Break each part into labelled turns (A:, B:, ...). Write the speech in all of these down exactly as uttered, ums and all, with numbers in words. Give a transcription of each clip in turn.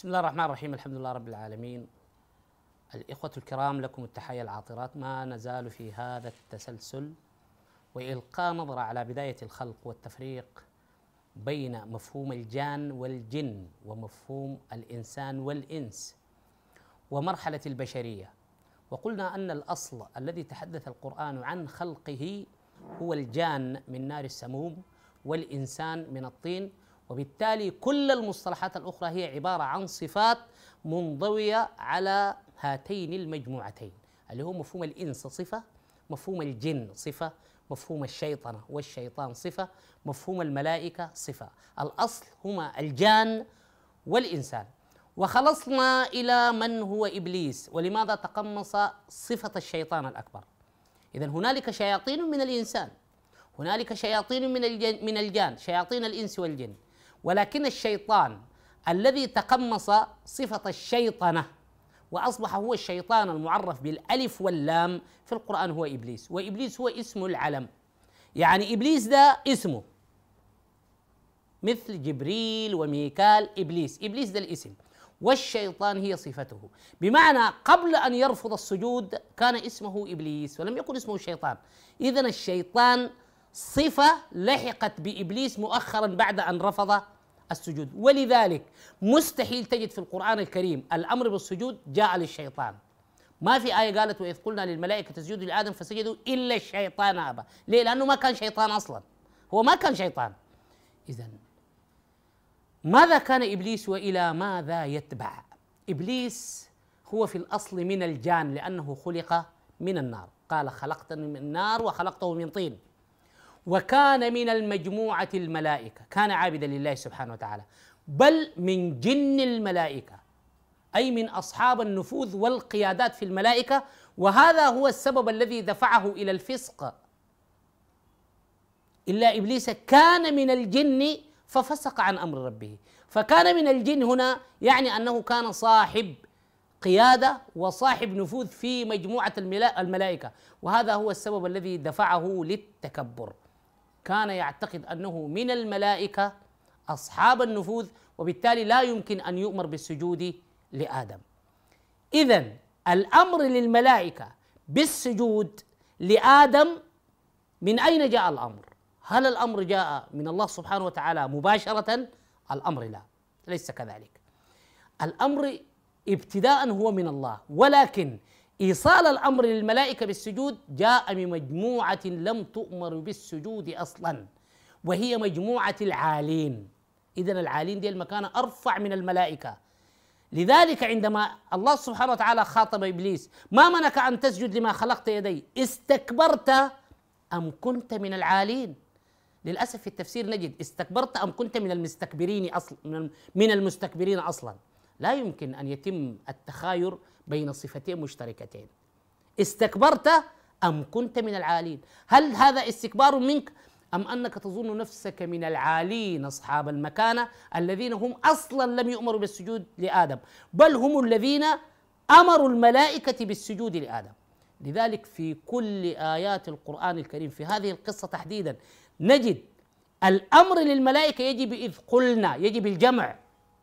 A: بسم الله الرحمن الرحيم. الحمد لله رب العالمين. الإخوة الكرام، لكم التحية العاطرات. ما نزال في هذا التسلسل وإلقاء نظرة على بداية الخلق والتفريق بين مفهوم الجان والجن ومفهوم الإنسان والإنس ومرحلة البشرية. وقلنا أن الأصل الذي تحدث القرآن عن خلقه هو الجان من نار السموم والإنسان من الطين، وبالتالي كل المصطلحات الأخرى هي عبارة عن صفات منضوية على هاتين المجموعتين، اللي هو مفهوم الإنس صفة، مفهوم الجن صفة، مفهوم الشيطنة والشيطان صفة، مفهوم الملائكة صفة. الأصل هما الجان والإنسان. وخلصنا إلى من هو إبليس ولماذا تقمص صفة الشيطان الأكبر. إذن هنالك شياطين من الإنسان، هنالك شياطين من الجن من الجان، شياطين الإنس والجن، ولكن الشيطان الذي تقمص صفة الشيطنة وأصبح هو الشيطان المعرف بالألف واللام في القرآن هو إبليس. وإبليس هو اسم العلم، يعني إبليس ده اسمه، مثل جبريل وميكال. إبليس إبليس ده الاسم، والشيطان هي صفته، بمعنى قبل أن يرفض السجود كان اسمه إبليس ولم يكن اسمه الشيطان. إذن الشيطان صفة لحقت بإبليس مؤخرا بعد أن رفض السجود، ولذلك مستحيل تجد في القرآن الكريم الأمر بالسجود جاء للشيطان. ما في آية قالت وإذ قلنا للملائكة اسجدوا لآدم فسجدوا إلا الشيطان أبى. ليه؟ لأنه ما كان شيطان أصلا، هو ما كان شيطان. إذن ماذا كان إبليس وإلى ماذا يتبع؟ إبليس هو في الأصل من الجان لأنه خلق من النار، قال خلقتني من النار وخلقته من طين. وكان من المجموعة الملائكة، كان عابدا لله سبحانه وتعالى، بل من جن الملائكة، أي من أصحاب النفوذ والقيادات في الملائكة. وهذا هو السبب الذي دفعه إلى الفسق. إلا إبليس كان من الجن ففسق عن أمر ربه. فكان من الجن هنا يعني أنه كان صاحب قيادة وصاحب نفوذ في مجموعة الملائكة، وهذا هو السبب الذي دفعه للتكبر. كان يعتقد أنه من الملائكة أصحاب النفوذ، وبالتالي لا يمكن أن يؤمر بالسجود لآدم. إذن الأمر للملائكة بالسجود لآدم، من أين جاء الأمر؟ هل الأمر جاء من الله سبحانه وتعالى مباشرة؟ الأمر لا، ليس كذلك. الأمر ابتداء هو من الله، ولكن إيصال الأمر للملائكة بالسجود جاء من مجموعة لم تؤمر بالسجود أصلا، وهي مجموعة العالين. إذن العالين دي المكانة أرفع من الملائكة. لذلك عندما الله سبحانه وتعالى خاطب إبليس: ما منك أن تسجد لما خلقت يدي، استكبرت أم كنت من العالين؟ للأسف في التفسير نجد استكبرت أم كنت من المستكبرين أصلا، من المستكبرين أصلا. لا يمكن أن يتم التخاير بين صفتين مشتركتين. استكبرت أم كنت من العالين؟ هل هذا استكبار منك أم أنك تظن نفسك من العالين أصحاب المكانة الذين هم أصلا لم يؤمروا بالسجود لآدم، بل هم الذين أمروا الملائكة بالسجود لآدم. لذلك في كل آيات القرآن الكريم في هذه القصة تحديدا نجد الأمر للملائكة يجب إذ قلنا، يجب الجمع.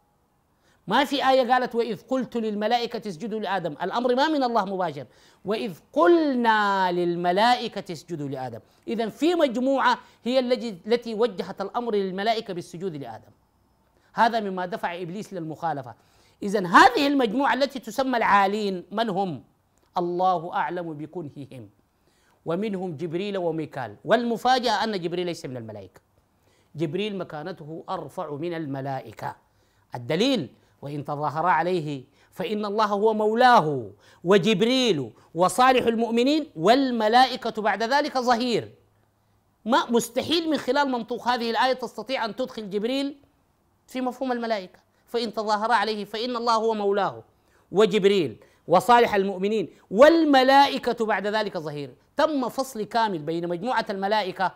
A: ما في آية قالت وإذ قلت للملائكة اسجدوا لآدم، الأمر ما من الله مباشر، وإذ قلنا للملائكة اسجدوا لآدم. إذن في مجموعة هي التي وجهت الأمر للملائكة بالسجود لآدم. هذا مما دفع إبليس للمخالفة. إذن هذه المجموعة التي تسمى العالين من هم؟ الله أعلم بكنههم، ومنهم جبريل وميكال. والمفاجأة أن جبريل ليس من الملائكة، جبريل مكانته أرفع من الملائكة. الدليل: وإن تظاهرا عليه فإن الله هو مولاه وجبريل وصالح المؤمنين والملائكة بعد ذلك ظهير. ما مستحيل من خلال منطوق هذه الآية تستطيع أن تدخل جبريل في مفهوم الملائكة. فإن تظاهرا عليه فإن الله هو مولاه وجبريل وصالح المؤمنين والملائكة بعد ذلك ظهير. تم فصل كامل بين مجموعة الملائكة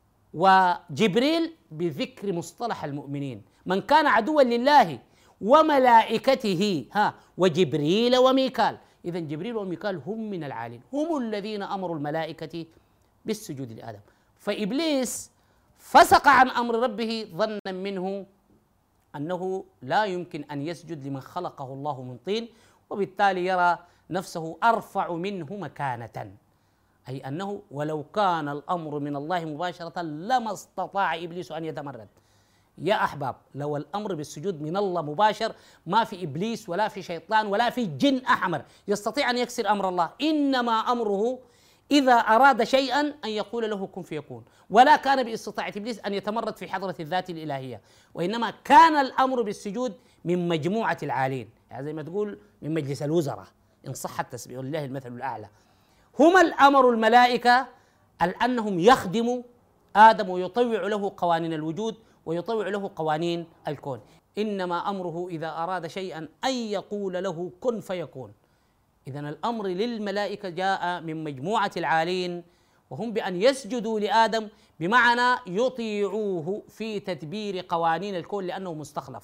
A: وجبريل بذكر مصطلح المؤمنين، من كان عدوا لله وملائكته ها وجبريل وميكال. إذن جبريل وميكال هم من العالين، هم الذين أمروا الملائكة بالسجود لآدم. فإبليس فسق عن أمر ربه ظنا منه أنه لا يمكن أن يسجد لمن خلقه الله من طين، وبالتالي يرى نفسه أرفع منه مكانة، أي أنه ولو كان الأمر من الله مباشرة لما استطاع إبليس أن يتمرد. يا أحباب، لو الأمر بالسجود من الله مباشر ما في إبليس ولا في شيطان ولا في جن أحمر يستطيع أن يكسر أمر الله، إنما أمره إذا أراد شيئا أن يقول له كن فيكون، ولا كان باستطاعة إبليس أن يتمرد في حضرة الذات الإلهية، وإنما كان الأمر بالسجود من مجموعة العالين، يعني زي ما تقول من مجلس الوزراء إن صح التسبيح، ولله المثل الأعلى. هم الأمر الملائكة أنهم يخدموا آدم ويطوع له قوانين الوجود ويطوع له قوانين الكون. إنما أمره إذا أراد شيئا أن يقول له كن فيكون. إذن الأمر للملائكة جاء من مجموعة العالين، وهم بأن يسجدوا لآدم بمعنى يطيعوه في تدبير قوانين الكون لأنه مستخلف.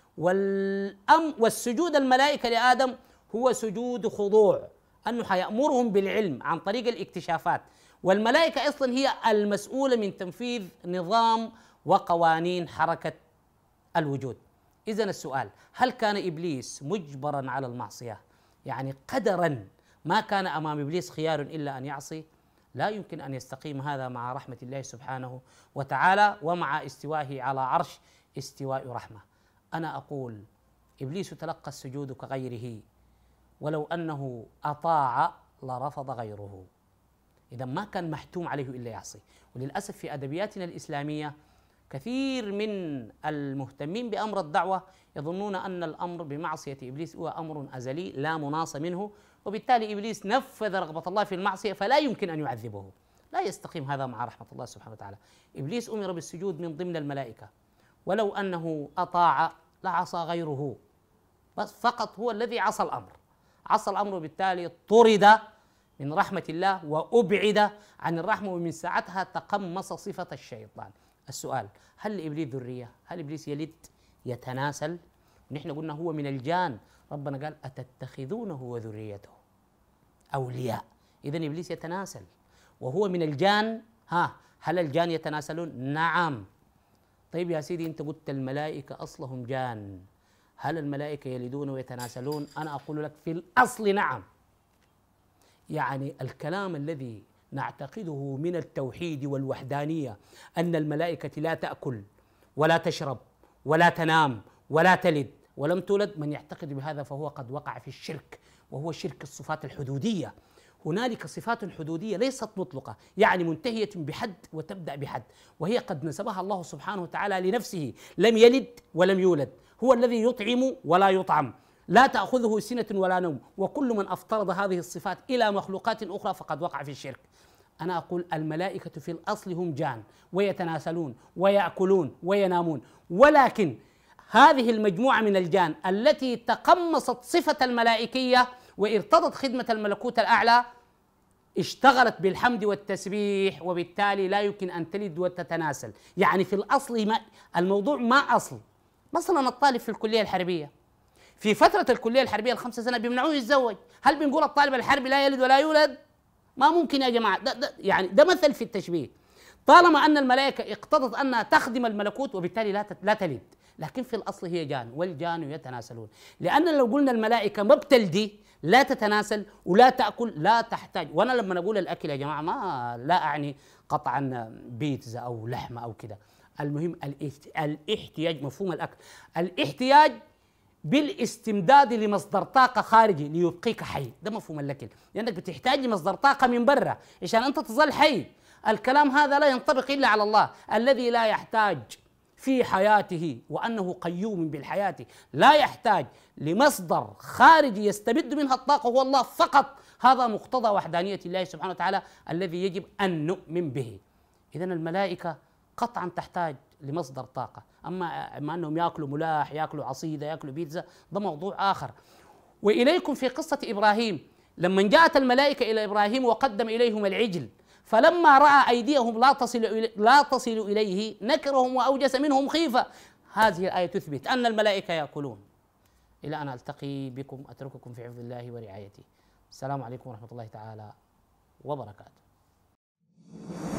A: والأم والسجود الملائكة لآدم هو سجود خضوع، أنه حيأمرهم بالعلم عن طريق الاكتشافات، والملائكة أصلا هي المسؤولة من تنفيذ نظام وقوانين حركة الوجود. إذن السؤال: هل كان إبليس مجبرا على المعصية؟ يعني قدرا ما كان أمام إبليس خيار إلا أن يعصي؟ لا يمكن أن يستقيم هذا مع رحمة الله سبحانه وتعالى ومع استوائه على عرش استواء رحمة. أنا أقول إبليس تلقى السجود كغيره، ولو أنه أطاع لرفض غيره. إذا ما كان محتوم عليه إلا يعصي. وللأسف في أدبياتنا الإسلامية كثير من المهتمين بأمر الدعوة يظنون أن الأمر بمعصية إبليس هو أمر أزلي لا مناص منه، وبالتالي إبليس نفذ رغبة الله في المعصية فلا يمكن أن يعذبه. لا يستقيم هذا مع رحمة الله سبحانه وتعالى. إبليس أمر بالسجود من ضمن الملائكة، ولو أنه أطاع لعصى غيره، بس فقط هو الذي عصى الأمر، عصى الأمر وبالتالي طرد من رحمة الله وأبعد عن الرحمة، ومن ساعتها تقمص صفة الشيطان. السؤال: هل لإبليس ذرية؟ هل إبليس يلد يتناسل؟ نحن قلنا هو من الجان، ربنا قال أتتخذونه وذريته أولياء. إذن إبليس يتناسل وهو من الجان. ها، هل الجان يتناسلون؟ نعم. طيب يا سيدي، أنت قلت الملائكة أصلهم جان، هل الملائكة يلدون ويتناسلون؟ أنا أقول لك في الأصل نعم. يعني الكلام الذي نعتقده من التوحيد والوحدانية أن الملائكة لا تأكل ولا تشرب ولا تنام ولا تلد ولم تولد، من يعتقد بهذا فهو قد وقع في الشرك، وهو شرك الصفات الحدودية. هنالك صفات حدودية ليست مطلقة، يعني منتهية بحد وتبدأ بحد، وهي قد نسبها الله سبحانه وتعالى لنفسه: لم يلد ولم يولد، هو الذي يطعم ولا يطعم، لا تأخذه سنة ولا نوم. وكل من أفترض هذه الصفات إلى مخلوقات أخرى فقد وقع في الشرك. أنا أقول الملائكة في الأصل هم جان ويتناسلون ويأكلون وينامون، ولكن هذه المجموعة من الجان التي تقمصت صفة الملائكية وارتضت خدمة الملكوت الأعلى اشتغلت بالحمد والتسبيح، وبالتالي لا يمكن أن تلد وتتناسل. يعني في الأصل ما الموضوع ما أصل. مثلا الطالب في الكلية الحربية في فترة الكلية الحربية الخمس سنة بيمنعوه يتزوج، هل بنقول الطالب الحربي لا يلد ولا يولد؟ ما ممكن يا جماعة. ده ده يعني ده مثل في التشبيه. طالما أن الملائكة اقتضت أنها تخدم الملكوت وبالتالي لا لا تلد، لكن في الأصل هي جان، والجان يتناسلون. لأن لو قلنا الملائكة ما بتلدي، لا تتناسل ولا تأكل، لا تحتاج. وأنا لما أقول الأكل يا جماعة ما لا أعني قطعا بيتزا أو لحمة أو كده، المهم الاحتياج، مفهوم الأكل، الاحتياج بالاستمداد لمصدر طاقة خارجي ليبقيك حي، ده مفهوم الأكل، لأنك بتحتاج لمصدر طاقة من برا عشان أنت تظل حي. الكلام هذا لا ينطبق إلا على الله الذي لا يحتاج في حياته، وأنه قيوم بالحياة، لا يحتاج لمصدر خارجي يستمد منها الطاقة، هو الله فقط. هذا مقتضى وحدانية الله سبحانه وتعالى الذي يجب أن نؤمن به. إذن الملائكة قطعا تحتاج لمصدر طاقة، أما أما أنهم يأكلوا ملاح، يأكلوا عصيدة، يأكلوا بيتزا، ده موضوع آخر. وإليكم في قصة إبراهيم، لما جاءت الملائكة إلى إبراهيم وقدم إليهم العجل، فلما رأى أيديهم لا تصل لا تصل إليه نكرهم وأوجس منهم خيفة. هذه الآية تثبت أن الملائكة يأكلون. إلى أن ألتقي بكم أترككم في حفظ الله ورعايته. السلام عليكم ورحمة الله تعالى وبركاته.